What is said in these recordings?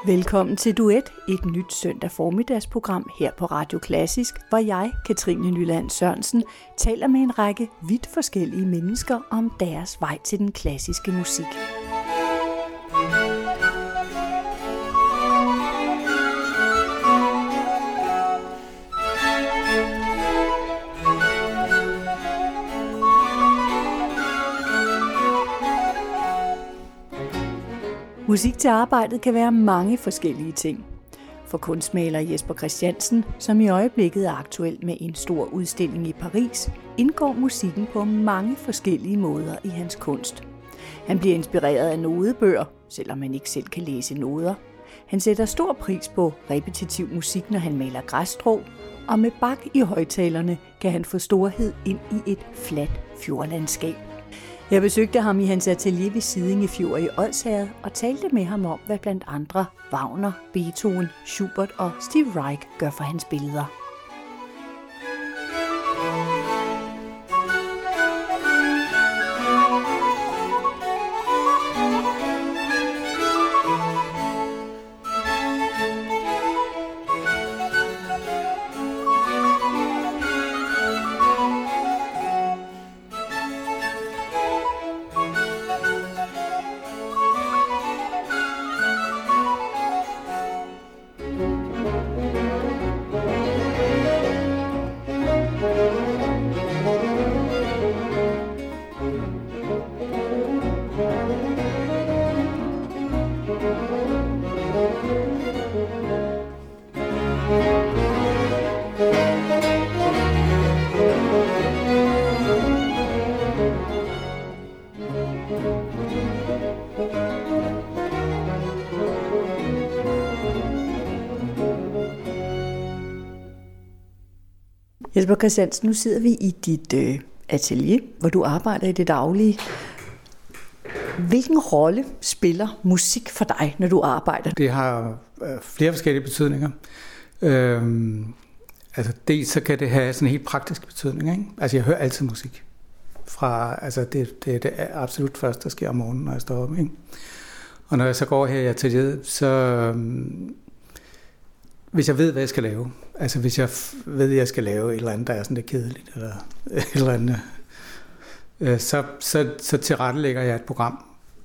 Velkommen til Duet, et nyt søndag formiddagsprogram her på Radio Klassisk, hvor jeg, Katrine Nyland Sørensen, taler med en række vidt forskellige mennesker om deres vej til den klassiske musik. Musik til arbejdet kan være mange forskellige ting. For kunstmaler Jesper Christiansen, som i øjeblikket er aktuel med en stor udstilling i Paris, indgår musikken på mange forskellige måder i hans kunst. Han bliver inspireret af nodebøger, selvom han ikke selv kan læse noder. Han sætter stor pris på repetitiv musik, når han maler græsstrå, og med Bach i højtalerne kan han få storhed ind i et fladt fjordlandskab. Jeg besøgte ham i hans atelier ved Siddinge Fjord i Odsherred og talte med ham om, hvad blandt andre Wagner, Beethoven, Schubert og Steve Reich gør for hans billeder. Jesper Christiansen, nu sidder vi i dit atelier, hvor du arbejder i det daglige. Hvilken rolle spiller musik for dig, når du arbejder? Det har flere forskellige betydninger. Dels så kan det have sådan en helt praktisk betydning, ikke? Altså jeg hører altid musik. Det er det absolut første, der sker om morgenen, når jeg står op, ikke? Og når jeg så går her i atelieret, så hvis jeg ved, hvad jeg skal lave, altså hvis jeg ved, at jeg skal lave et eller andet, der er sådan lidt kedeligt, eller et eller andet, så tilrettelægger jeg et program.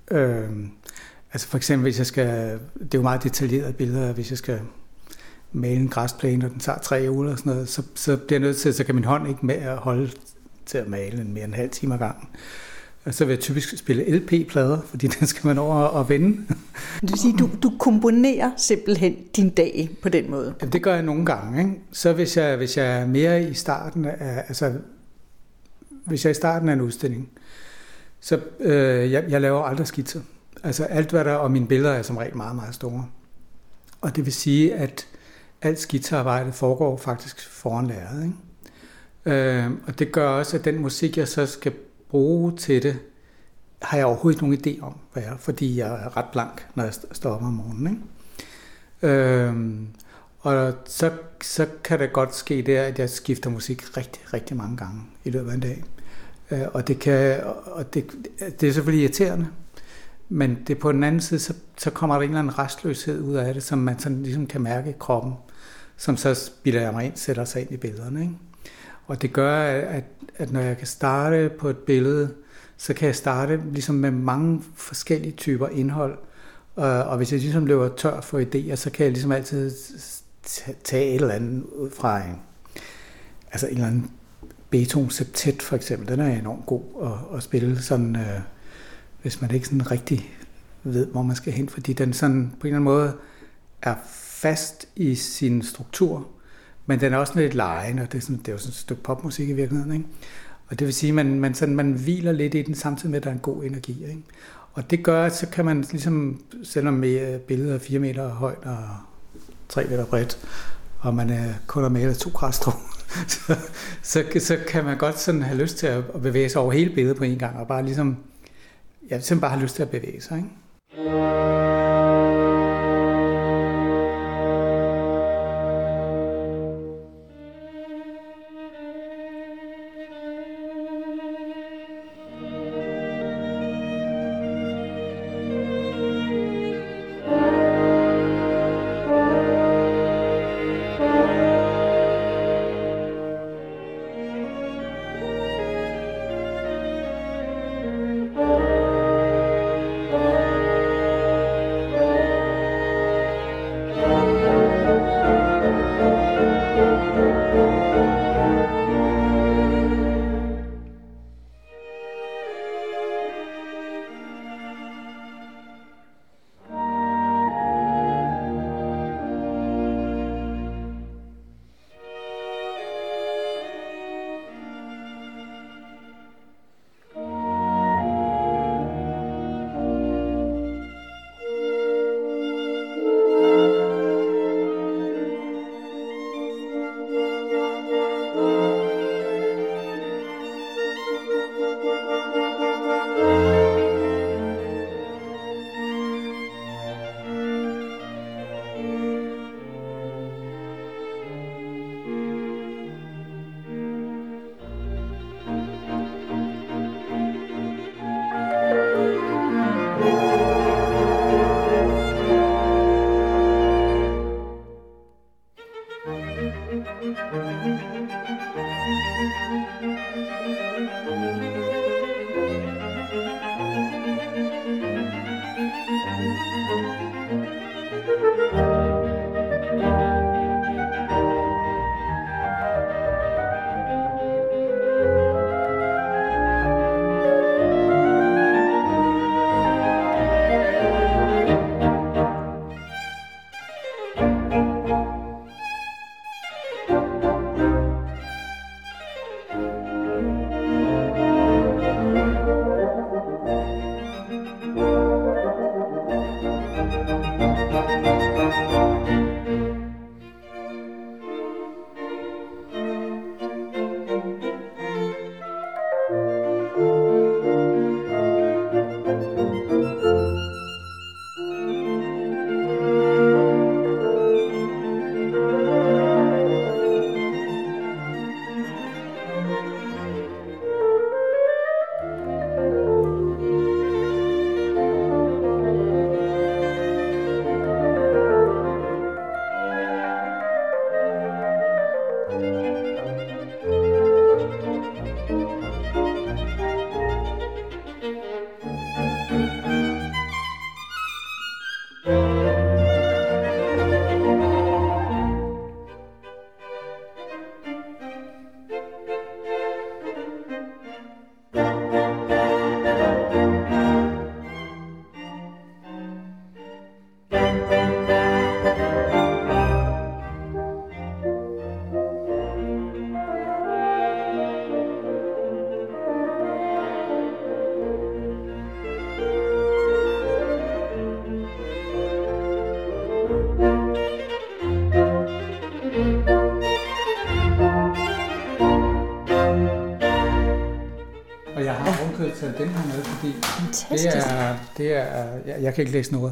Altså for eksempel, hvis jeg skal, det er jo meget detaljerede billeder, hvis jeg skal male en græsplæne, og den tager 3 uger eller sådan noget, så bliver jeg nødt til, så kan min hånd ikke med at holde til at male mere end en halv time ad gangen. Og så vil jeg typisk spille LP-plader, fordi den skal man over og vende. Det vil sige, du komponerer simpelthen din dag på den måde? Jamen, det gør jeg nogle gange, ikke? Så hvis jeg er mere i starten af, hvis jeg er i starten af en udstilling, så jeg laver aldrig skitser. Altså alt hvad der, og mine billeder er som regel meget, meget store. Og det vil sige, at alt skitsearbejde foregår faktisk foran lærredet, ikke? Og det gør også, at den musik, jeg så skal bruge til det, har jeg overhovedet ikke nogen idé om, hvad jeg er, fordi jeg er ret blank, når jeg står op om morgenen, ikke? Og så kan det godt ske der, at jeg skifter musik rigtig, rigtig mange gange i løbet af en dag. Og det er selvfølgelig irriterende, men det på den anden side, så kommer der en eller anden restløshed ud af det, som man sådan ligesom kan mærke i kroppen, som så bilder jeg mig ind, sætter sig ind i billederne, ikke? Og det gør, at når jeg kan starte på et billede, så kan jeg starte ligesom med mange forskellige typer indhold. Og hvis jeg ligesom løber tør for idéer, så kan jeg ligesom altid tage et eller andet ud fra en eller anden Beethoven septet for eksempel. Den er enormt god at spille sådan, hvis man ikke sådan rigtig ved, hvor man skal hen, fordi den sådan på en eller anden måde er fast i sin struktur. Men den er også lidt legende, og det er jo sådan et stykke popmusik i virkeligheden, ikke? Og det vil sige, at man hviler lidt i den, samtidig med, at der er en god energi, ikke? Og det gør, at så kan man ligesom, selvom billedet er 4 meter højt og 3 meter bredt, og man er kun har malet 2 græsstrå, så kan man godt sådan have lyst til at bevæge sig over hele billedet på en gang, og bare ligesom, simpelthen bare have lyst til at bevæge sig, ikke? Og jeg har ovenkøbet taget den her med, fordi jeg kan ikke læse noder.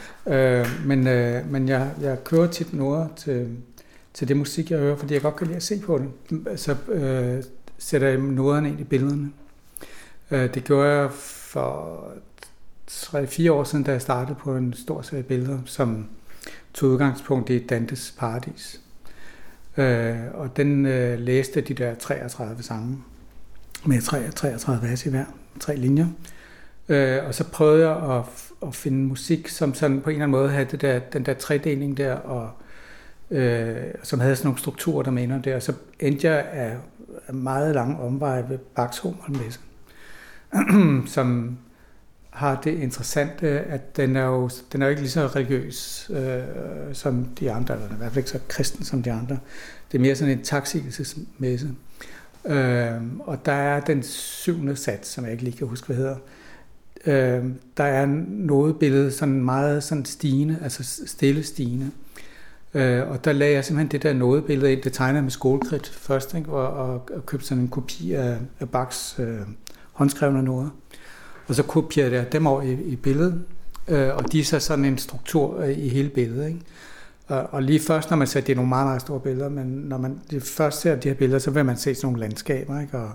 Men jeg kører tit noder til det musik, jeg hører, fordi jeg godt kan lide at se på det. Så sætter jeg noderne ind i billederne. Det gjorde jeg for 3-4 år siden, da jeg startede på en stor serie billeder, som tog udgangspunkt i Dantes Paradis. Og den læste de der 33 sange med 33 vers i hver, 3 linjer. Og så prøvede jeg at finde musik, som sådan på en eller anden måde havde den der tredeling der, og som havde sådan nogle strukturer, der minder der. Og så endte jeg af meget lang omvej ved Bachs Homermesse, som har det interessante, at den er jo ikke lige så religiøs som de andre, eller i hvert fald ikke så kristen som de andre. Det er mere sådan en taksigelsesmesse. Og der er den 7. sats, som jeg ikke lige kan huske, hvad hedder. Der er noget billede sådan meget sådan stigende, altså stille stigende. Og der lagde jeg simpelthen det der nådebillede ind, det tegnede med skolekridt først, ikke? Og købte sådan en kopi af Bachs håndskrevne noder. Og så kopierede jeg dem over i billedet, og de er så sådan en struktur i hele billedet, ikke? Og lige først, når man ser, det er nogle meget, meget store billeder, men når man først ser de her billeder, så vil man se sådan nogle landskaber, ikke? Og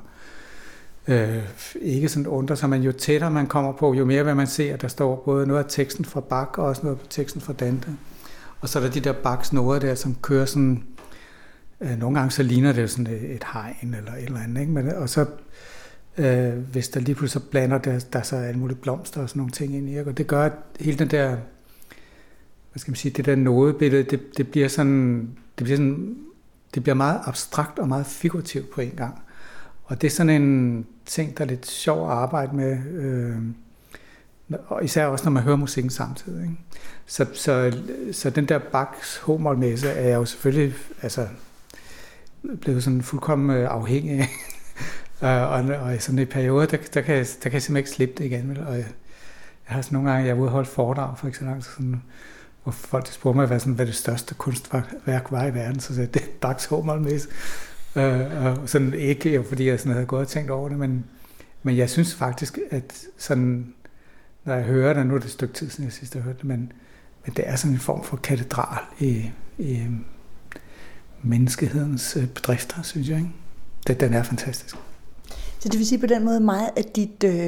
ikke sådan undre sig, men jo tættere man kommer på, jo mere vil man se, at der står både noget af teksten fra Bach, og også noget af teksten fra Dante. Og så er der de der Bachs noder der, som kører sådan, nogle gange så ligner det jo sådan et hegn eller et eller andet, ikke? Men, og så hvis der lige pludselig så blander der så alle mulige blomster og sådan nogle ting ind i, og det gør, at hele den der, hvad skal man sige, det der nådebillede, det bliver meget abstrakt og meget figurativt på en gang. Og det er sådan en ting, der er lidt sjov at arbejde med, og især også, når man hører musikken samtidig, ikke? Så den der Bachs Homermesse er jeg jo selvfølgelig blevet sådan fuldkommen afhængig af. Og i sådan en periode, der kan jeg simpelthen ikke slippe det igen. Og jeg har sådan nogle gange, jeg er ude og holde foredrag for eksempel, sådan, hvor folk spurgte mig, hvad det største kunstværk var i verden, så sagde det er Bachs Homermesse. Og sådan ikke jo, fordi jeg sådan havde gået og tænkt over det, men jeg synes faktisk, at sådan, når jeg hører det, nu er det et stykke tid siden jeg sidst har hørt det, men det er sådan en form for katedral i menneskehedens bedrifter, synes jeg, ikke? Den er fantastisk. Så det vil sige på den måde meget, at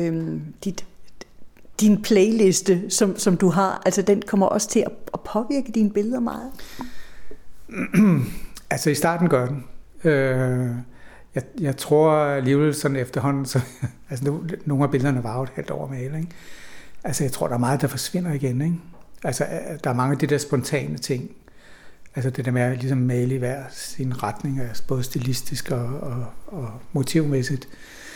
din playliste, som du har, altså den kommer også til at påvirke dine billeder meget? Altså i starten gør den. Jeg tror alligevel sådan efterhånden, så, altså nogle af billederne var jo et halvt år at male, ikke? Altså jeg tror, der er meget, der forsvinder igen, ikke? Altså der er mange af de der spontane ting. Altså det der med at ligesom male i hver sin retning, altså både stilistisk og motivmæssigt,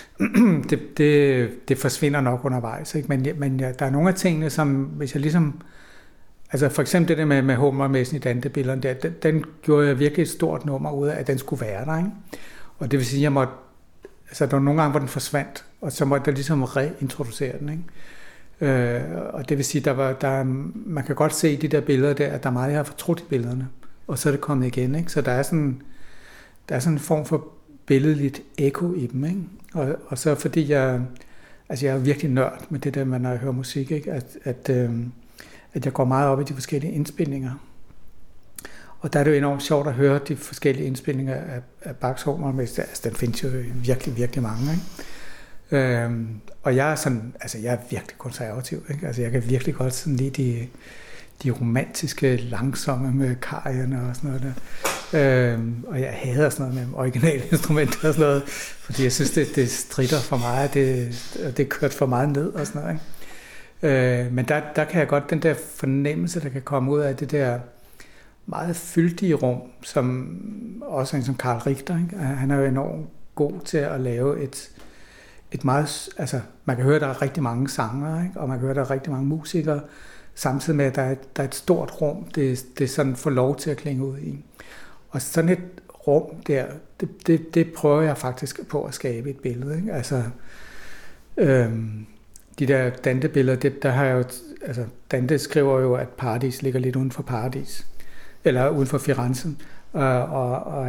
det forsvinder nok undervejs, ikke? Men der er nogle af tingene, som hvis jeg ligesom, altså for eksempel det der med Homermessen i Dante-billederne der, den gjorde jeg virkelig et stort nummer ud af, at den skulle være der, ikke? Og det vil sige, at jeg måtte, altså der var nogle gange, hvor den forsvandt, og så måtte jeg ligesom reintroducere den, ikke? Og det vil sige, man kan godt se i de der billeder der, at der er meget, jeg har fortrudt i billederne, og så er det kommet igen, ikke? Så der er sådan en form for billedligt ekko i dem, ikke? Og så fordi jeg er virkelig nørd med det der, når jeg hører musik, ikke? At jeg går meget op i de forskellige indspilninger. Og der er det jo enormt sjovt at høre de forskellige indspilninger af Bachs Homermesse. Altså, den findes jo virkelig, virkelig mange, ikke? Og jeg er sådan, altså jeg er virkelig konservativ, ikke? Altså jeg kan virkelig godt sådan lide de romantiske, langsomme med karierne og sådan noget der. Og jeg hader sådan noget med originale instrumenter og sådan noget, fordi jeg synes, det stritter for meget, det er kørt for meget ned og sådan noget, ikke? Men der kan jeg godt, den der fornemmelse, der kan komme ud af det der meget fyldige rum, som også en som Carl Richter, ikke? Han er jo enormt god til at lave et meget, altså man kan høre, at der er rigtig mange sangere, ikke? Og man kan høre, at der er rigtig mange musikere, samtidig med, at der er et stort rum, det sådan får lov til at klinge ud i. Og sådan et rum der, det prøver jeg faktisk på at skabe et billede, ikke? Altså, de der Dante-billeder, der har jeg jo, altså Dante skriver jo, at Paradis ligger lidt uden for Paradis, eller uden for Firenze, og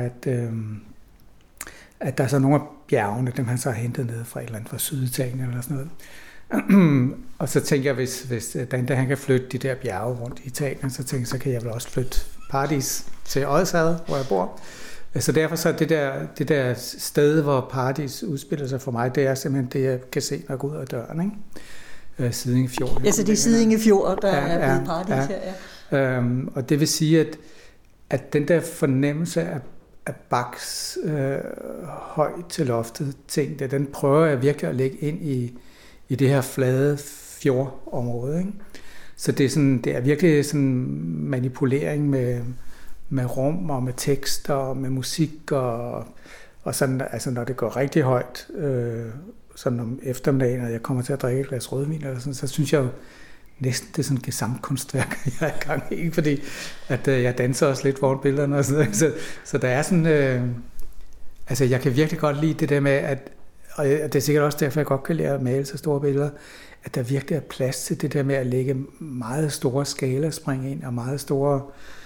at der er så nogle af bjergene, dem han så har hentet ned fra et eller andet fra Syditalien eller sådan noget. Og så tænker jeg, hvis Dante han kan flytte de der bjerge rundt i Italien, så tænker jeg, så kan jeg vel også flytte Paradis til Odsherred, hvor jeg bor. Så derfor så det der sted, hvor Paradis udspiller sig for mig, det er simpelthen det, jeg kan se, når jeg går ud af døren, ikke? Sidinge Fjord. Ja, så det er Sidinge Fjord, der er blevet Paradis her, ja. Og det vil sige, at den der fornemmelse af Bachs højt til loftet ting, den prøver jeg virkelig at lægge ind i det her flade fjordområde, ikke? Så det er virkelig sådan manipulering med rum og med tekst og med musik og sådan, altså når det går rigtig højt, sådan om eftermiddagen, og jeg kommer til at drikke et glas rødvin eller sådan, så synes jeg jo næsten det er sådan et gesangkunstværk, jeg er i gang i, fordi at jeg danser også lidt foran billederne og sådan noget. Så der er sådan, altså jeg kan virkelig godt lide det der med, at, og det er sikkert også derfor, jeg godt kan lære at male så store billeder, at der virkelig er plads til det der med at lægge meget store skalaspring ind og meget store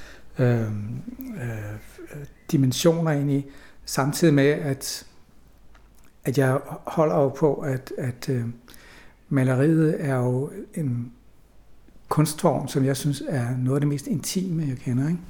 dimensioner ind i, samtidig med, at jeg holder jo på, at maleriet er jo en kunstform, som jeg synes er noget af det mest intime, jeg kender, ikke?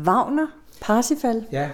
Wagner, Parsifal. Ja.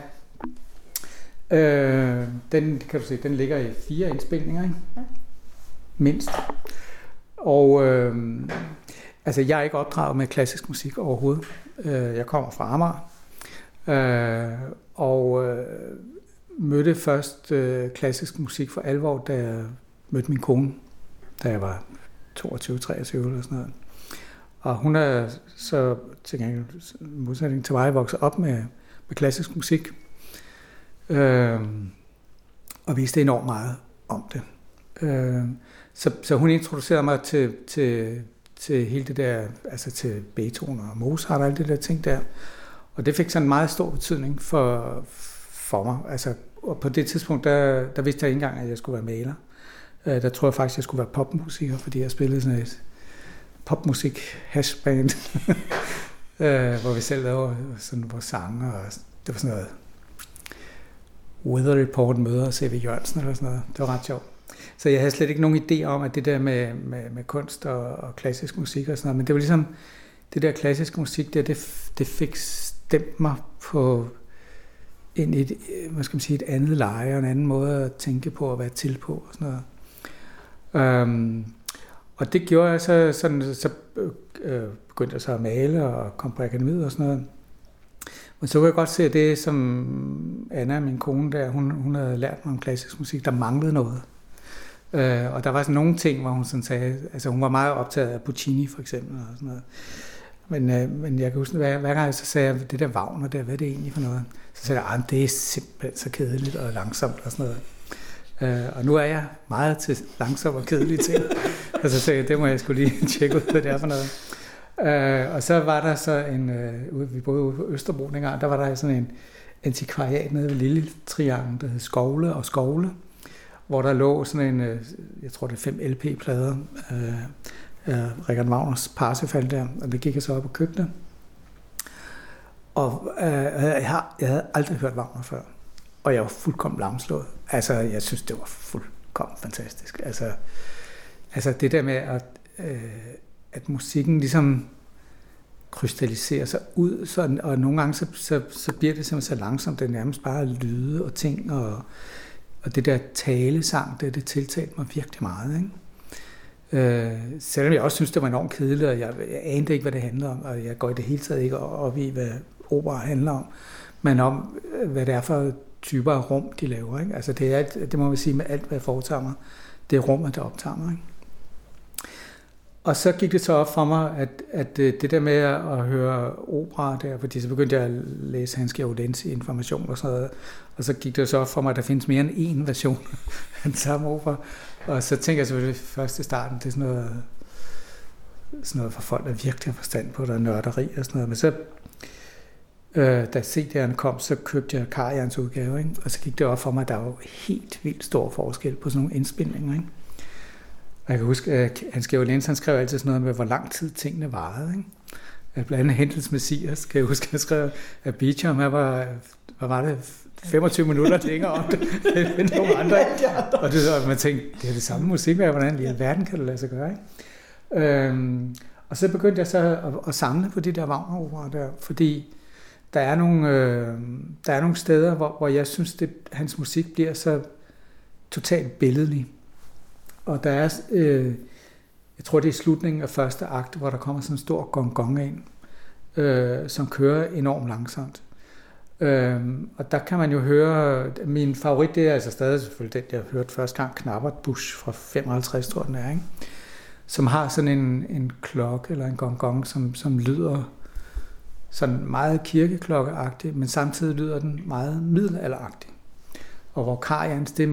Den kan du se, den ligger i 4 indspilninger, ikke? Ja. Mindst. Og altså, jeg er ikke opdraget med klassisk musik overhovedet. Jeg kommer fra Amager. Og mødte først klassisk musik for alvor, da jeg mødte min kone, da jeg var 22-23 eller sådan noget. Og hun er så, tænker jeg, modsætning til mig, vokset op med klassisk musik. Og vidste enormt meget om det. Så hun introducerede mig til hele det der, altså til Beethoven og Mozart og alt det der ting der. Og det fik sådan en meget stor betydning for mig. Altså, og på det tidspunkt, der vidste jeg ikke engang, at jeg skulle være maler. Der tror jeg faktisk, at jeg skulle være popmusiker, fordi jeg spillede sådan et popmusik hashband, hvor vi selv lavede sådan vores sange, og det var sådan noget Weather Report møder C.V. Jørgensen eller sådan noget. Det var ret sjovt. Så jeg havde slet ikke nogen idé om, at det der med kunst og klassisk musik og sådan noget, men det var ligesom, det der klassiske musik, det fik stemt mig på ind i et, hvad skal man sige, et andet leje og en anden måde at tænke på og være til på og sådan noget. Og det gjorde jeg så begyndte jeg så at male og kom på akademiet og sådan noget. Men så kunne jeg godt se, at det, som Anna, min kone der, hun havde lært mig om klassisk musik, der manglede noget. Og der var sådan nogle ting, hvor hun sådan sagde, altså hun var meget optaget af Puccini for eksempel og sådan noget. Men jeg kan huske, hver gang jeg så sagde, det der Wagner der, hvad er det egentlig for noget? Så sagde jeg, det er simpelthen så kedeligt og langsomt og sådan noget. Og nu er jeg meget til langsomt og kedelige ting. Og så sagde jeg, det må jeg skulle lige tjekke ud, hvad det er for noget. Og så var der så vi boede ude på Østerbro dengang, der var der sådan en antikvariat nede ved Lille Triangel, der hed Skovle og Skovle, hvor der lå sådan en, jeg tror det er 5 LP-plader, Richard Wagners Parsifal der, og det gik jeg så op og købte. Og jeg havde aldrig hørt Wagner før, og jeg var fuldkommen lamslået. Altså, jeg synes, det var fuldkommen fantastisk. Altså det der med, at musikken ligesom krystalliserer sig ud, sådan, og nogle gange så bliver det simpelthen så langsomt, det er nærmest bare lyde og ting, og det der talesang, det tiltalte mig virkelig meget, ikke? Selvom jeg også synes, det var enormt kedeligt, og jeg anede ikke, hvad det handler om, og jeg går i det hele taget ikke op i, hvad opera handler om, men om, hvad det er for typer af rum, de laver, ikke? Altså det må man sige med alt, hvad jeg foretager mig, det er rummet, der optager mig, ikke? Og så gik det så op for mig, at det der med at høre opera der, fordi så begyndte jeg at læse Hans Georg Lenz information og sådan noget, og så gik det så op for mig, at der findes mere end én version af den samme opera. Og så tænker jeg selvfølgelig først i starten, det er sådan noget for folk, der virkelig har forstand på, der er nørderi og sådan noget. Men så, da CD'erne kom, så købte jeg Karajan's udgave, ikke? Og så gik det op for mig, at der var jo helt vildt stor forskel på sådan nogle indspilninger, ikke? Og jeg kan huske, at Hans Georg Lenz, han skrev altid sådan noget med, hvor lang tid tingene varede, ikke? Blandt andet Händels Messias, kan jeg huske, han skrev, at Beecham, han var, hvad var det, 25 minutter længere om det, end nogle andre. Og det så, man tænkte, det er det samme musik, hvordan i alverden kan det lade sig gøre, ikke? Og så begyndte jeg så at samle på de der Wagner-operaer der, fordi der er nogle steder, hvor jeg synes, hans musik bliver så totalt billedlig. Og der er, jeg tror det er i slutningen af første akt, hvor der kommer sådan en stor gong-gong ind, som kører enormt langsomt. Og der kan man jo høre, min favorit, det er altså stadig selvfølgelig den, jeg hørte første gang, Knappertbusch fra 55, tror den er, ikke? Som har sådan en klokke eller en gong-gong, som lyder sådan meget kirkeklokkeagtigt, men samtidig lyder den meget middelalderagtig. Og hvor Karajan's, det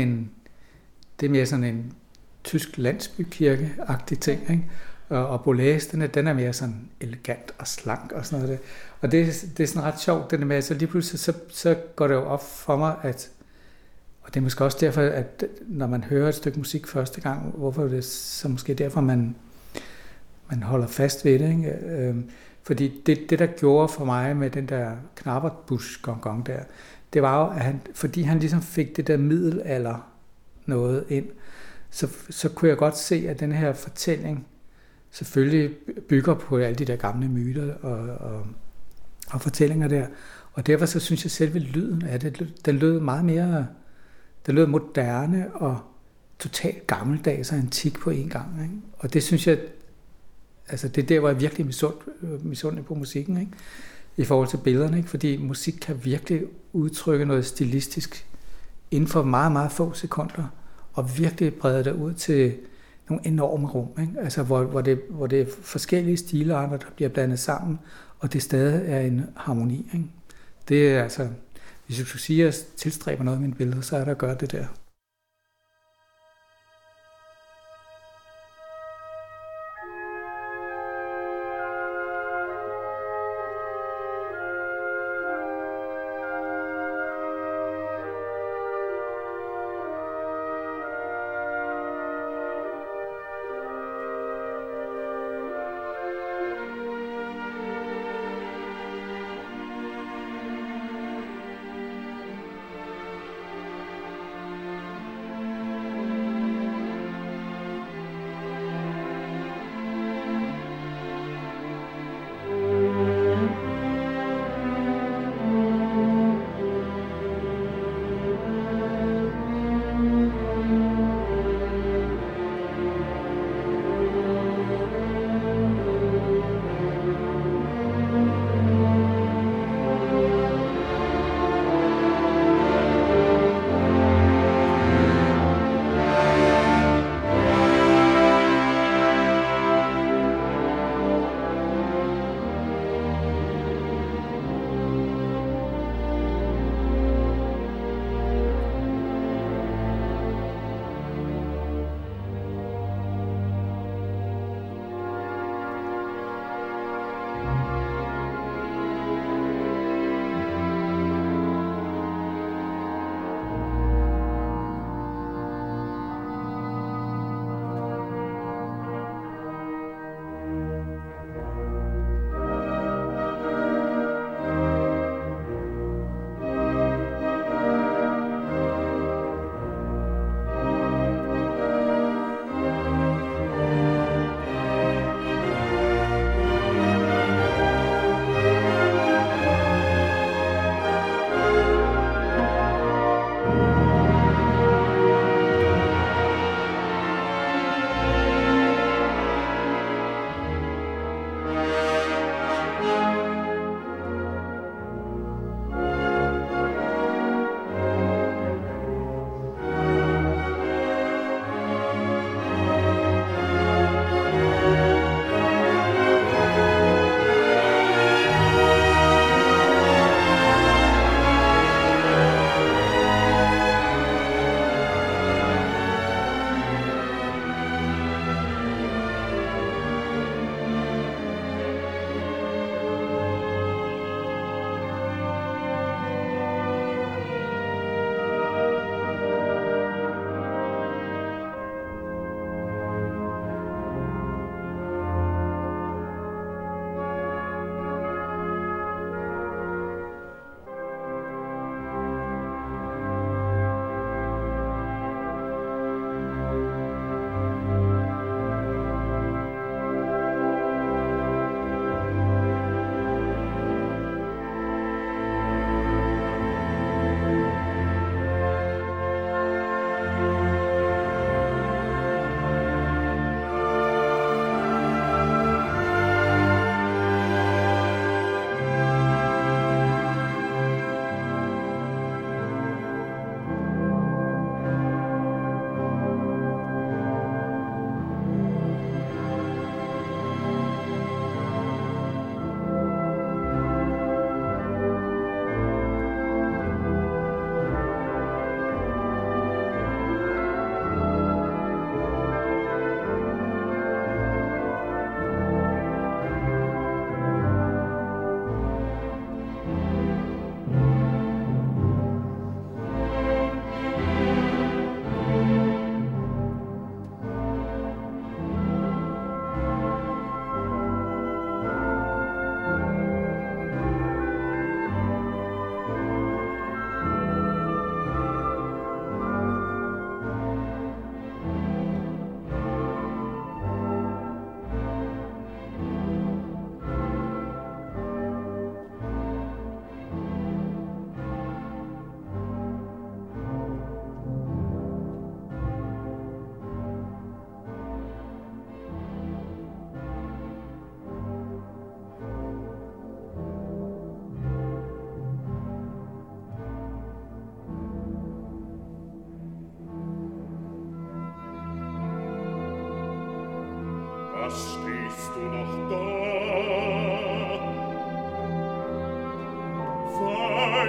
er mere sådan en tysk landsbykirke-agtig ting, ikke? Og Boulez, den er mere sådan elegant og slank og sådan noget. Og det er sådan ret sjovt, det med, så lige pludselig så går det jo op for mig, at, og det er måske også derfor, at når man hører et stykke musik første gang, hvorfor er det så måske derfor, man holder fast ved det, ikke? Fordi det, der gjorde for mig med den der Knappertbusch-gong der, det var jo, at fordi han ligesom fik det der middelalder noget ind, så kunne jeg godt se, at den her fortælling selvfølgelig bygger på alle de der gamle myter og fortællinger der. Og derfor så synes jeg, at selve lyden af det, den lød meget mere, den lød moderne og totalt gammeldags og antik på en gang. Ikke? Og det synes jeg, altså det er der, hvor jeg virkelig misundelig på musikken, ikke? I forhold til billederne, ikke? Fordi musik kan virkelig udtrykke noget stilistisk inden for meget, meget få sekunder, og virkelig brede det ud til nogle enorme rum, ikke? Altså hvor det er forskellige stilarter, der bliver blandet sammen, og det stadig er en harmoni. Ikke? Det er altså, hvis jeg skulle sige, at jeg tilstræber noget af mine billeder, så er der at gøre det der.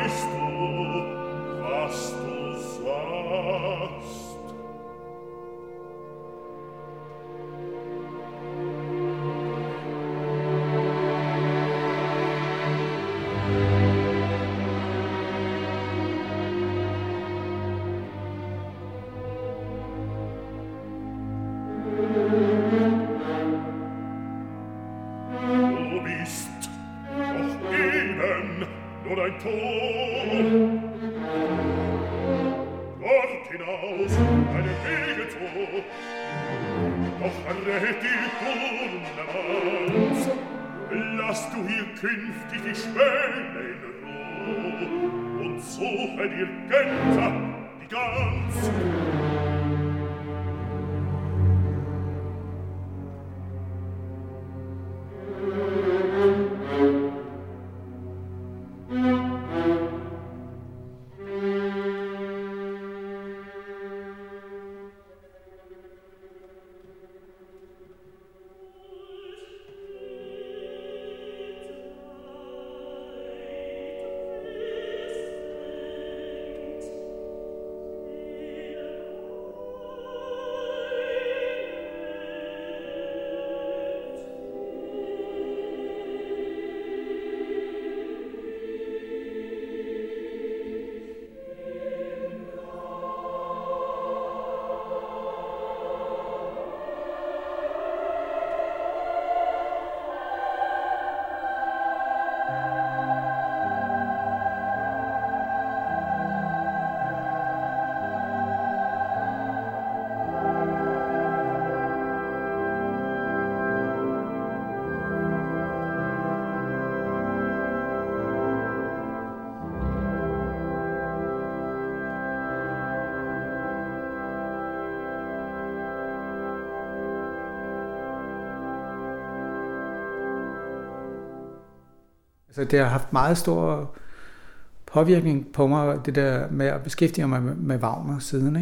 Så det har haft meget stor påvirkning på mig, det der med at beskæftige mig med Wagner siden,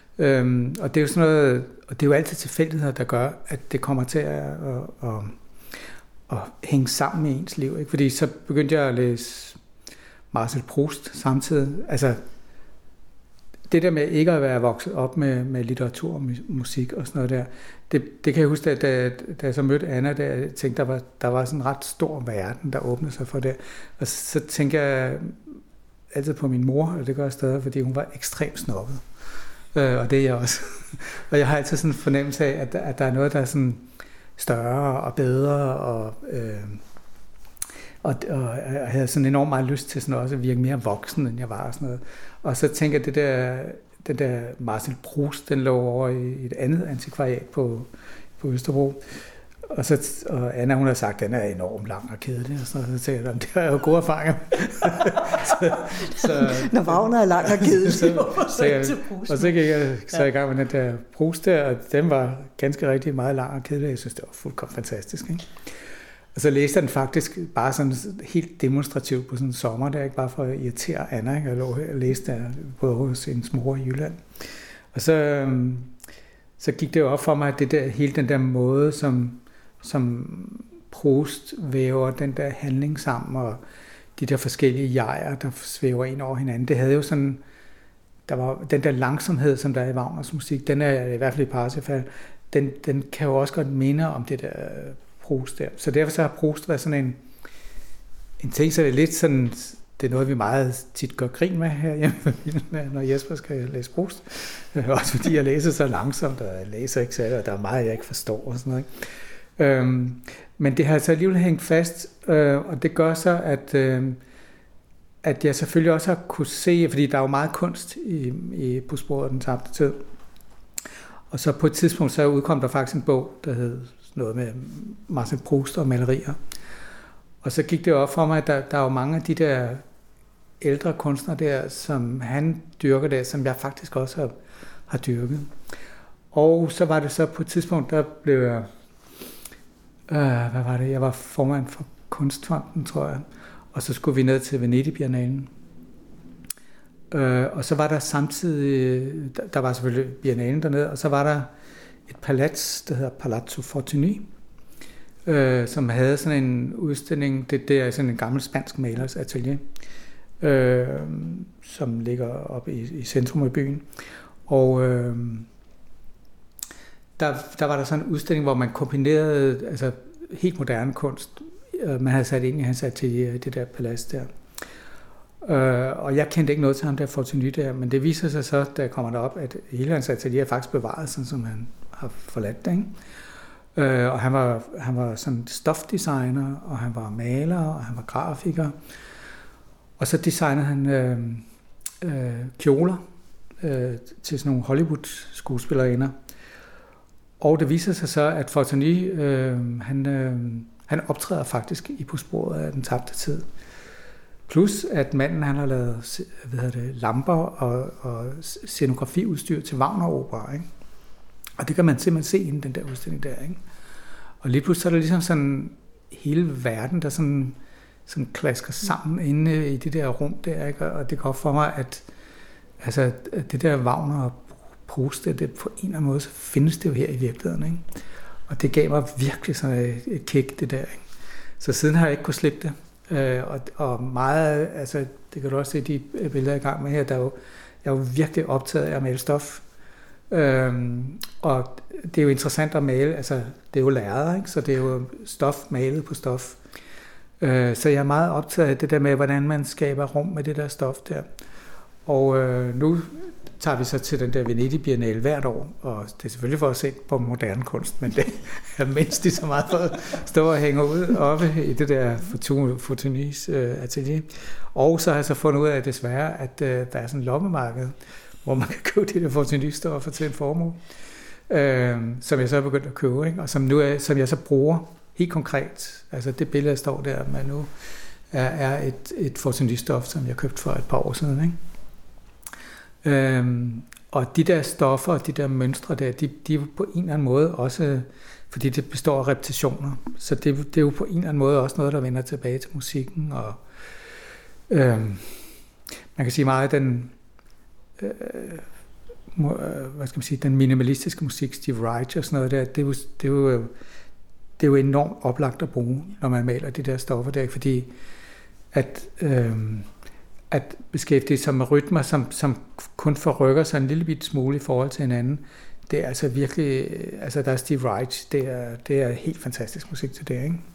ikke? Og det er jo sådan noget, og det er jo altid tilfældigheder, der gør, at det kommer til at hænge sammen med ens liv, ikke? Fordi så begyndte jeg at læse Marcel Proust samtidig. Altså, det der med ikke at være vokset op med litteratur og musik og sådan noget der, det kan jeg huske, da jeg så mødte Anna, der jeg tænkte, der var sådan en ret stor verden, der åbnede sig for det. Og så tænker jeg altid på min mor, og det gør jeg stadig, fordi hun var ekstremt snobbet. Og det er jeg også. Og jeg har altid sådan en fornemmelse af, at der er noget, der er sådan større og bedre, og jeg havde sådan enormt meget lyst til sådan også at virke mere voksen, end jeg var og sådan noget. Og så tænker jeg, den der Marcel Proust, den lå over i et andet antikvariat på Østerbro. Og Anna, hun har sagt, at den er enormt lang og kedelig. Og så tænker jeg, det har jeg jo gode erfaringer. Når Wagner er lang og kedelig, og så gik jeg så i gang med den der Proust der, og den var ganske rigtig meget lang og kedelig. Jeg synes, det var fuldkommen fantastisk, ikke? Og så læste jeg den faktisk bare sådan helt demonstrativt på sådan en sommer, der ikke bare for at irritere Anna, ikke? Jeg lå her og læste der både hos hendes mor i Jylland. Og så gik det jo op for mig, at hele den der måde, som Proust væver den der handling sammen, og de der forskellige jeger, der svæver ind over hinanden, det havde jo sådan, der var den der langsomhed, som der er i Wagners musik, den er i hvert fald i Parsifal, den kan jo også godt minde om det der Proust der. Så derfor så har Proust været sådan en ting, så det er lidt sådan, det er noget, vi meget tit gør grin med her hjemme i familien, når Jesper skal læse Proust. Også fordi jeg læser så langsomt, og jeg læser ikke særligt, og der er meget, jeg ikke forstår og sådan noget. Men det har så alligevel hængt fast, og det gør så, at jeg selvfølgelig også har kunne se, fordi der er jo meget kunst på sporet af den tabte tid. Og så på et tidspunkt, så udkom der faktisk en bog, der hed noget med Marcel Proust og malerier. Og så gik det op for mig, at der er jo mange af de der ældre kunstnere der, som han dyrker der, som jeg faktisk også har dyrket. Og så var det så på et tidspunkt, der blev jeg, jeg var formand for Kunstfonden, tror jeg, og så skulle vi ned til Venedig-biennalen. Og så var der samtidig, der var selvfølgelig biennalen dernede, og så var der et palats, der hedder Palazzo Fortuny, som havde sådan en udstilling, det er sådan en gammel spansk malers atelier, som ligger oppe i centrum af byen. Og der var der sådan en udstilling, hvor man kombinerede altså, helt moderne kunst. Man havde sat ind i hans atelier, det der palads der. Og jeg kendte ikke noget til ham der Fortuny der, men det viser sig så, da jeg kommer derop, at hele hans atelier er faktisk bevaret, sådan som han har forladt det, ikke? Og han var sådan stofdesigner, og han var maler, og han var grafiker. Og så designede han kjoler til sådan nogle Hollywood-skuespillerinder. Og det viser sig så, at Fortuny, han optræder faktisk i På sporet af den tabte tid. Plus at manden, han har lavet lamper og scenografiudstyr til Wagner-opera, ikke? Og det kan man simpelthen se inden den der udstilling der, ikke? Og lige pludselig er der ligesom sådan hele verden, der sådan klasker sammen inde i det der rum der, ikke? Og det går for mig, at altså, det der Wagner og Proust, det på en eller anden måde, så findes det jo her i virkeligheden, ikke? Og det gav mig virkelig sådan et kick, det der, ikke? Så siden har jeg ikke kunnet slippe det. Og meget, altså det kan du også se de billeder i gang med her, jeg er jo virkelig optaget af at male stof. Og det er jo interessant at male, altså det er jo lærred, ikke? Så det er jo stof malet på stof. Så jeg er meget optaget af det der med, hvordan man skaber rum med det der stof der. Og nu tager vi så til den der Venedig Biennale hvert år, og det er selvfølgelig for at se på moderne kunst, men det er mindst lige så meget for at stå og hænge ud oppe i det der Fortunys atelier. Og så har jeg så fundet ud af desværre, at der er sådan et loppemarked, hvor man kan købe de der Fortuny-stoffer til en formue, som jeg så er begyndt at købe, ikke? Og som jeg så bruger helt konkret. Altså det billede, der står der, men nu er et Fortuny-stof, som jeg købte for et par år siden, ikke? Og de der stoffer og de der mønstre der, de er på en eller anden måde også, fordi det består af repetitioner, så det er jo på en eller anden måde også noget, der vender tilbage til musikken, og man kan sige meget af den den minimalistiske musik, Steve Reich og sådan noget der, det er jo enormt oplagt at bruge, når man maler de der stoffer der, fordi at beskæftige sig med rytmer, som kun forrykker sig en lille bit smule i forhold til hinanden, det er altså virkelig, altså der er Steve Reich, det er helt fantastisk musik til det, ikke?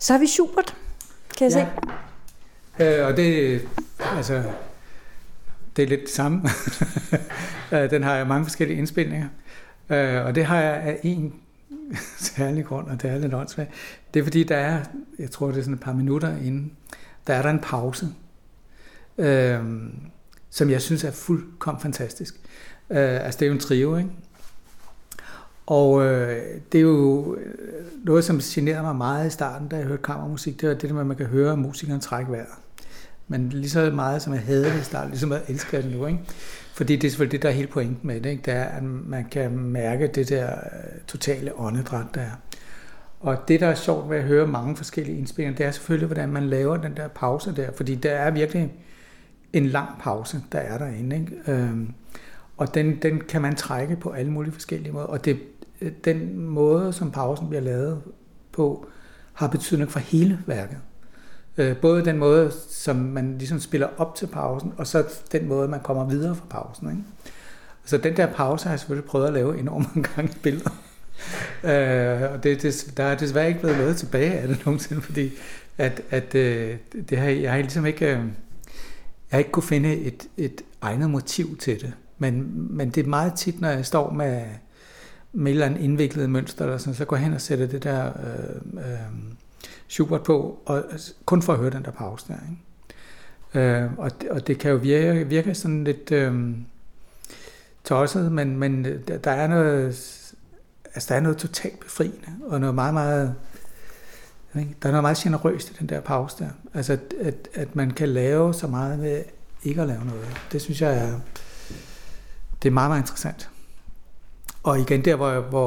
Så har vi Schubert, kan jeg se. Og det, altså, det er lidt det samme. Den har jeg mange forskellige indspilninger. Og det har jeg af en særlig grund, og det er lidt åndssvagt. Det er fordi, der er, jeg tror det er sådan et par minutter inden, der er der en pause, som jeg synes er fuldkommen fantastisk. Altså det er jo en trio, ikke? Og det er jo noget, som generede mig meget i starten, da jeg hørte kammermusik. Det var det der med, at man kan høre musikeren trække vejret. Men lige så meget, som jeg havde det i starten, lige så meget elsker jeg det nu, ikke? Fordi det er selvfølgelig det, der er helt pointen med det, ikke? Det er, at man kan mærke det der totale åndedræt, der er. Og det, der er sjovt ved at høre mange forskellige indspillinger, det er selvfølgelig, hvordan man laver den der pause der. Fordi der er virkelig en lang pause, der er derinde, ikke? Og den kan man trække på alle mulige forskellige måder. Og den måde, som pausen bliver lavet på, har betydning for hele værket. Både den måde, som man ligesom spiller op til pausen, og så den måde, man kommer videre fra pausen, ikke? Så den der pause har jeg selvfølgelig prøvet at lave enormt mange gange i billeder. Og der er desværre ikke blevet noget tilbage af det nogensinde, fordi jeg har ligesom ikke, jeg har ikke kunne finde et egnet motiv til det. Men det er meget tit, når jeg står med et eller andet indviklet mønster, eller sådan, så går jeg hen og sætter det der Schubert på, og kun for at høre den der pause der, ikke? Og det kan jo virke sådan lidt tosset, men der er noget totalt befriende, og noget meget, meget, der er noget meget generøst i den der pause der. Altså, at man kan lave så meget med ikke at lave noget. Det synes jeg det er meget, meget interessant. Og igen der,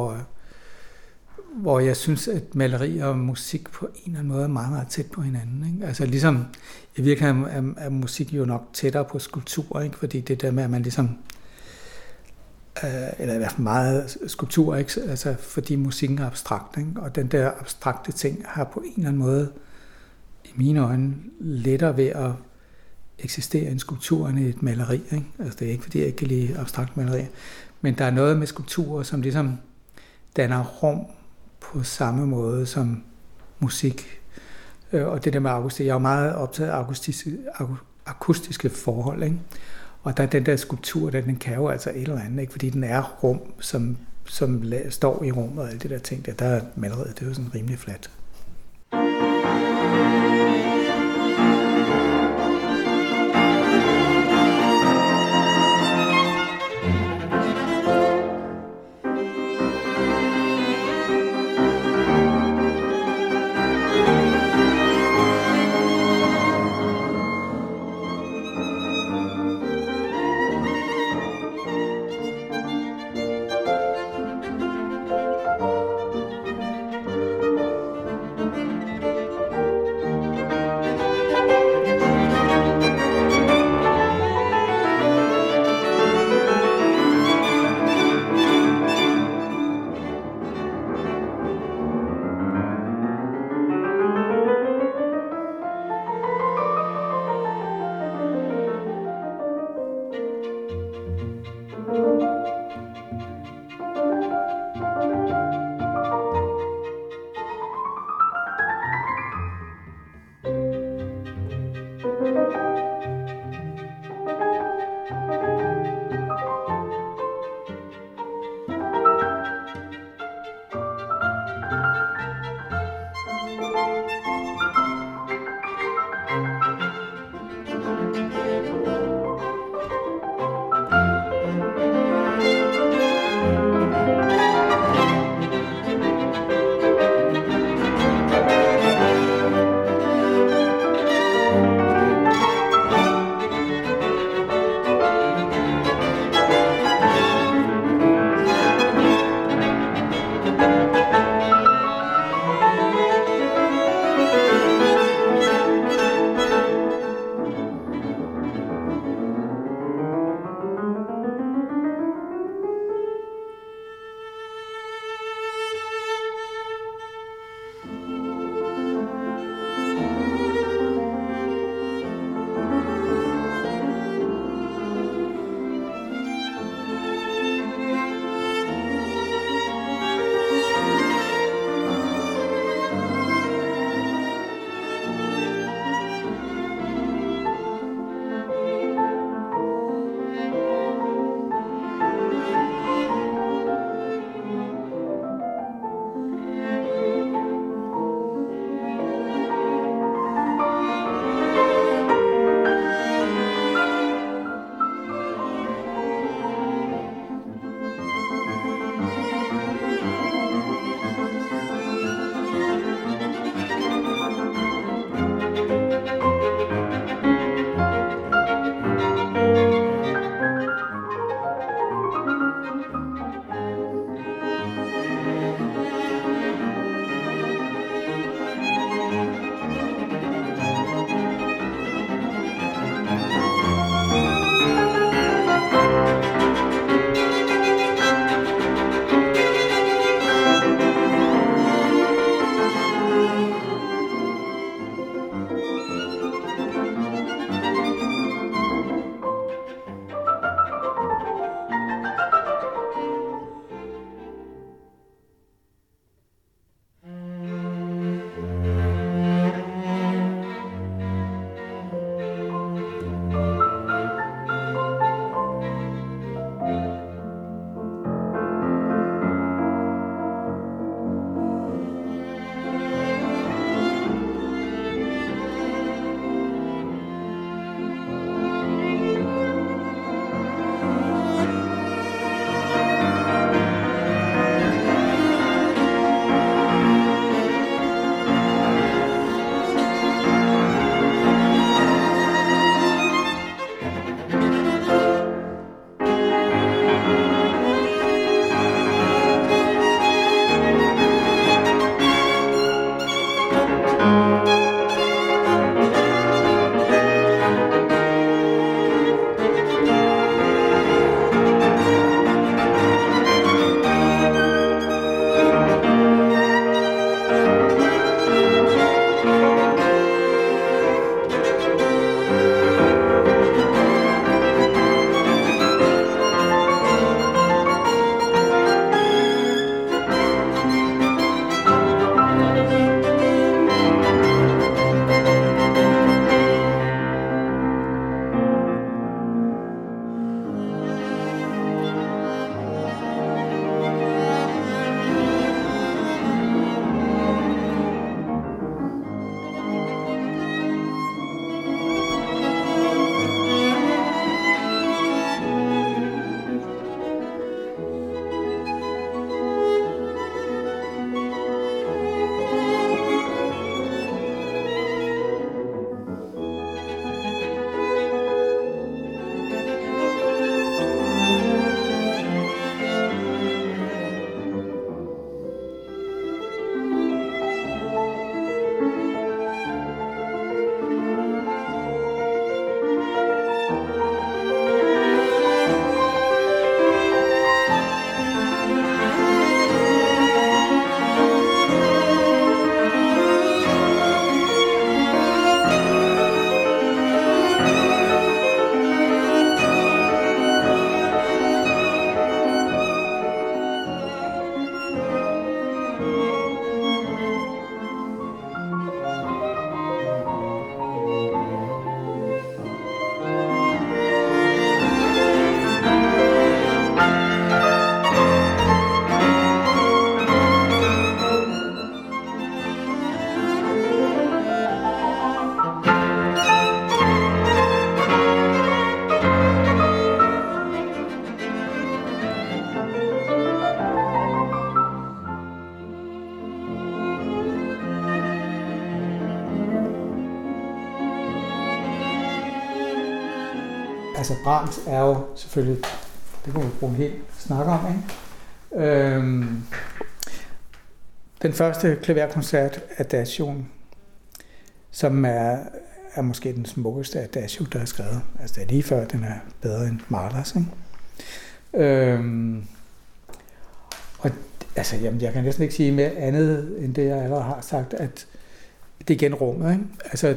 hvor jeg synes, at maleri og musik på en eller anden måde er meget, meget tæt på hinanden, ikke? Altså ligesom, i virkeligheden er musik jo nok tættere på skulptur, ikke? Fordi det der med, at man ligesom, eller i hvert fald meget skulptur, ikke? Altså fordi musikken er abstrakt, ikke? Og den der abstrakte ting har på en eller anden måde, i mine øjne, lettere ved at eksistere en skulptur end et maleri, ikke? Altså det er ikke, fordi jeg ikke kan lide abstrakt maleri, men der er noget med skulpturer, som ligesom danner rum på samme måde som musik. Og det der med akustik, jeg er jo meget optaget af akustiske forhold, ikke? Og der den der skulptur, den kan jo altså et eller andet, ikke? Fordi den er rum, som står i rummet og alt det der ting, der er maleriet, det er jo sådan rimelig fladt. altså Brahms er jo selvfølgelig, det kan vi bruge en hel snak om, ikke? Den første klaverkoncert, Adagioen, som er måske den smukkeste Adagio, der er skrevet. Altså det er lige før, den er bedre end Mahlers, ikke? Og altså, jamen, jeg kan næsten ikke sige mere andet, end det jeg allerede har sagt, at det er igen rummet, ikke? Altså,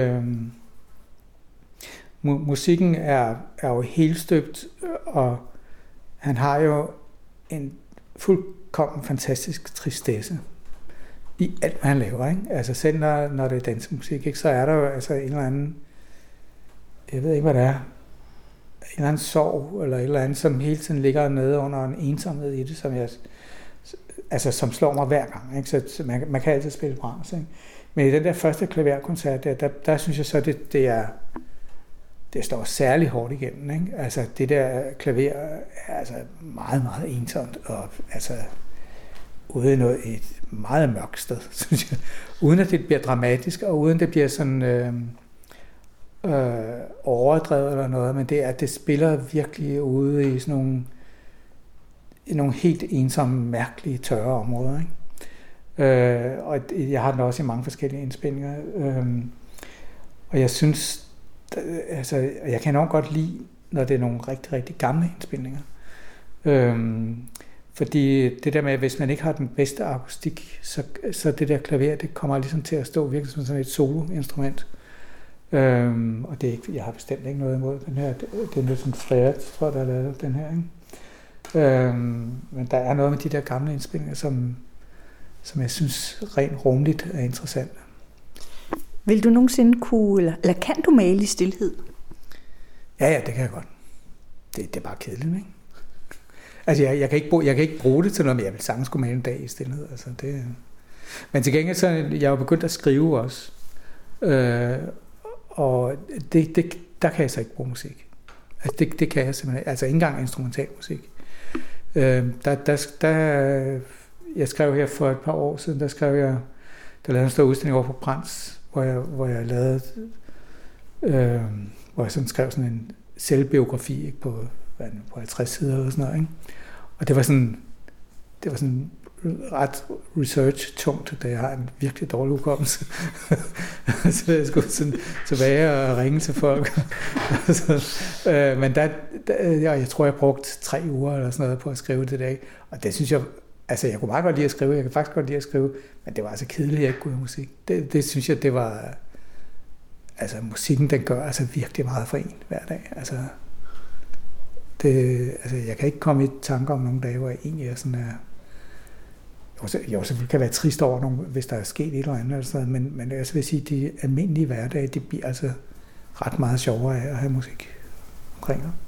musikken er jo helstøbt, og han har jo en fuldkommen fantastisk tristesse i alt, hvad han laver, ikke? Altså selv når det er dansemusik, ikke, så er der jo altså en eller anden, jeg ved ikke, hvad det er, en eller anden sorg, eller et eller andet, som hele tiden ligger nede under en ensomhed i det, som slår mig hver gang, ikke? Så man kan altid spille Brahms, ikke? Men i den der første klaverkoncert, der synes jeg så, det står særlig hårdt igennem, ikke? Altså det der klaver er altså meget, meget ensomt, og altså ude i et meget mørkt sted, synes jeg. Uden at det bliver dramatisk, og uden det bliver sådan overdrevet eller noget, men det spiller virkelig ude i sådan nogle helt ensomme, mærkelige, tørre områder, ikke? Og jeg har den også i mange forskellige indspilninger. Og jeg synes, altså, jeg kan enormt godt lide, når det er nogle rigtig, rigtig gamle indspilninger. Fordi det der med, at hvis man ikke har den bedste akustik, så det der klaver, det kommer ligesom til at stå virkelig som sådan et soloinstrument. Og det er ikke, jeg har bestemt ikke noget imod den her. Det er lidt sådan Fred, tror jeg, der har lavet den her, ikke? Men der er noget med de der gamle indspilninger, som jeg synes rent rumligt er interessant. Vil du nogensinde kunne, eller kan du male i stilhed? Ja, det kan jeg godt. Det er bare kedeligt, ikke? Altså, jeg kan ikke bruge det til noget, men jeg vil sagtens skulle male en dag i stillhed. Altså, men til gengæld, så jeg er jo begyndt at skrive også. Og der kan jeg så ikke bruge musik. Altså, det kan jeg simpelthen. Altså, ikke engang instrumental musik. Jeg skrev her for et par år siden, der lavede en stor udstilling over på Brans, hvor jeg sådan skrev sådan en selvbiografi, ikke, på 50 sider eller sådan noget, ikke? Og det var sådan ret research-tungt, da jeg har en virkelig dårlig hukommelse. Så jeg skulle sådan tilbage og ringe til folk. Men jeg tror, jeg brugte 3 uger eller sådan noget på at skrive det der. Og det synes jeg, altså jeg kunne meget godt lide at skrive, jeg kan faktisk godt lide at skrive, men det var altså kedeligt, at jeg ikke kunne høre musik. Det synes jeg, det var, altså musikken, den gør altså virkelig meget for en hver dag. Altså jeg kan ikke komme i tanker om nogle dage, hvor jeg egentlig er sådan her. Jo, selvfølgelig kan være trist over nogle, hvis der er sket et eller andet, eller sådan, men jeg vil sige, at de almindelige hverdage, de bliver altså ret meget sjovere af at have musik omkring sig.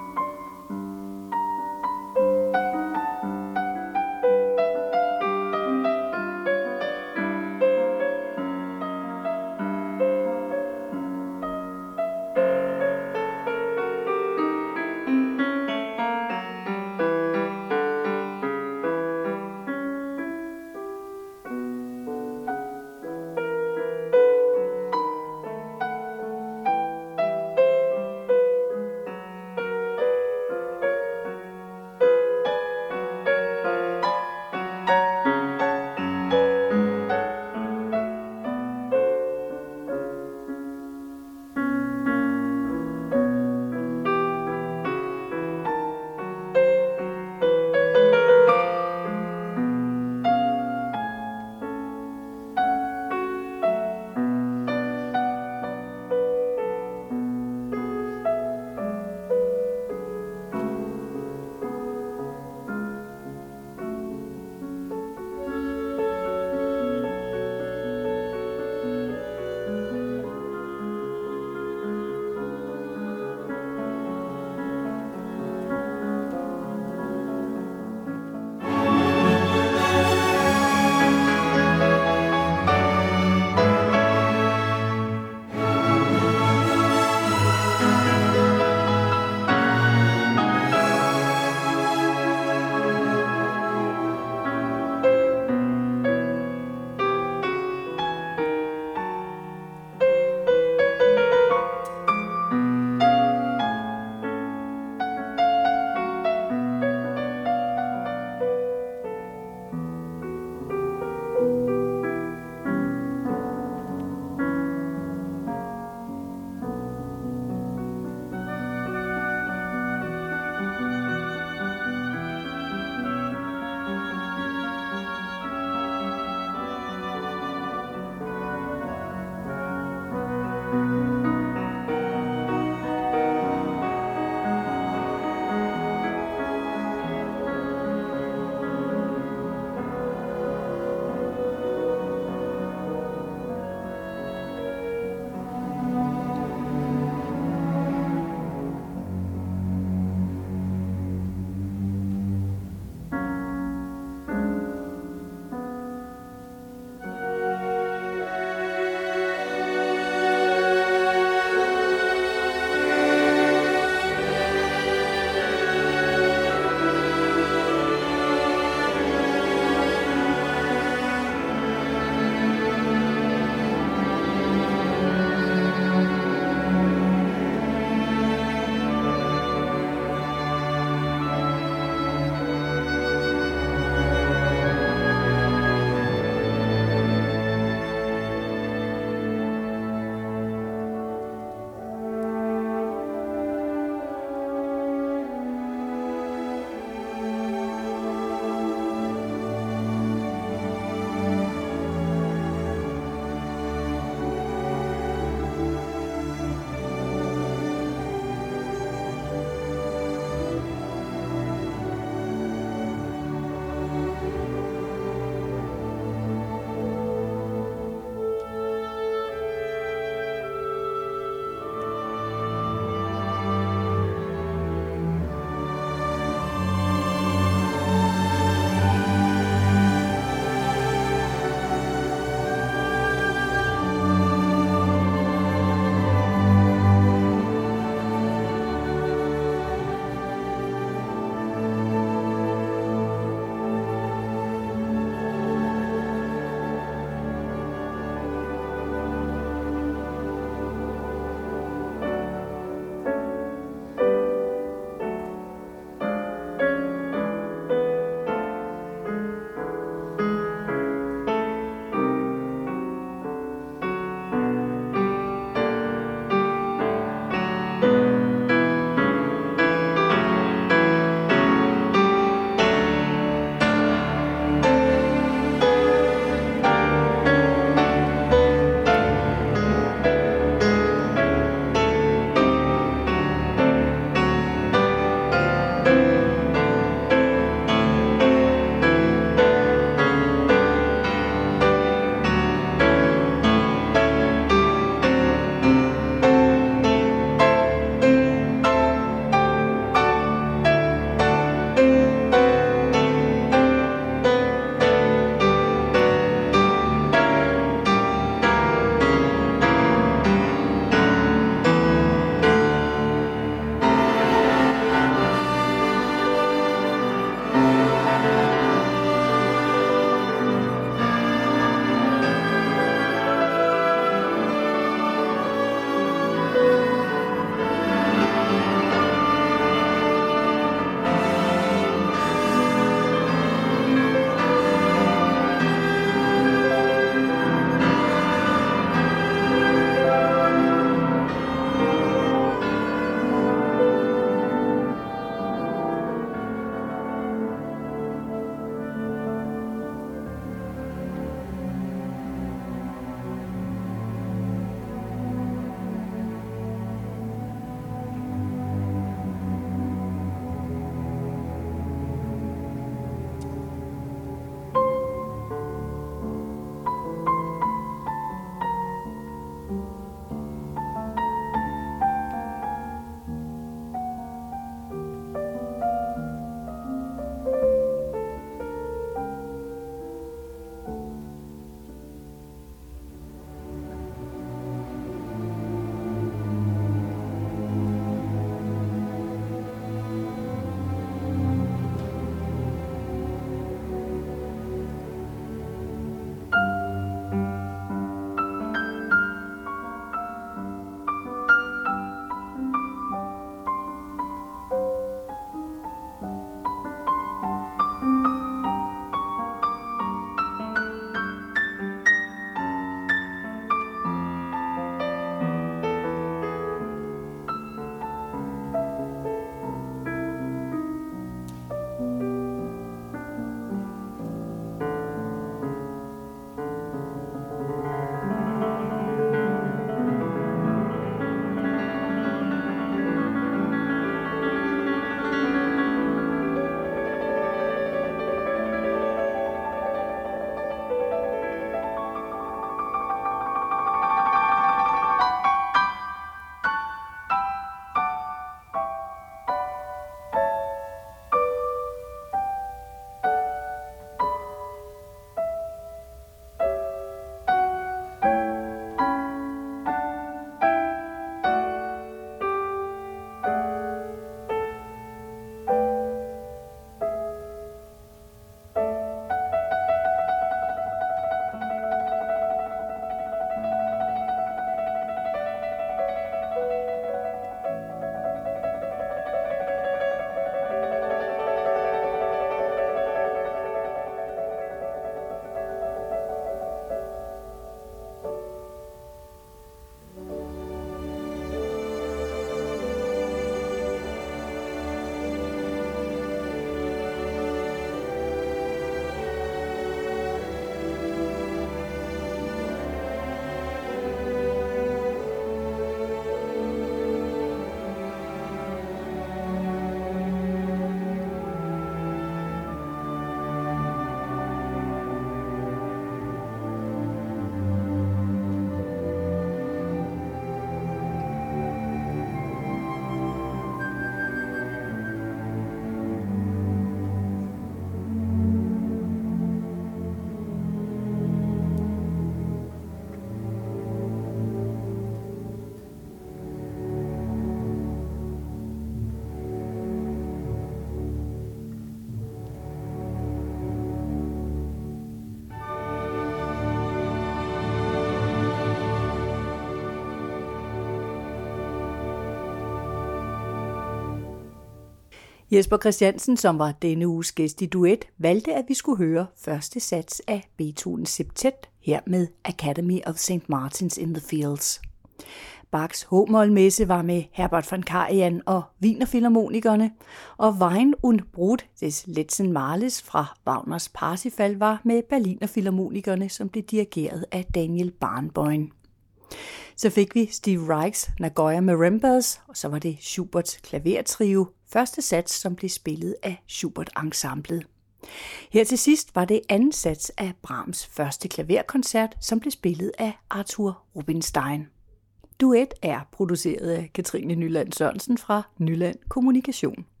Jesper Christiansen, som var denne uges gæst i Duet, valgte, at vi skulle høre første sats af Beethovens septet her med Academy of St. Martins in the Fields. Bachs H-mol-messe var med Herbert von Karajan og Wienerfilharmonikerne, og Wein und Brot des letzten Males fra Wagners Parsifal var med Berlinerfilharmonikerne, som blev dirigeret af Daniel Barenboim. Så fik vi Steve Reichs Nagoya Marimbas, og så var det Schuberts klavertrio, første sats, som blev spillet af Schubert-ensemblet. Her til sidst var det anden sats af Brahms første klaverkoncert, som blev spillet af Arthur Rubinstein. Duet er produceret af Katrine Nyland Sørensen fra Nyland Kommunikation.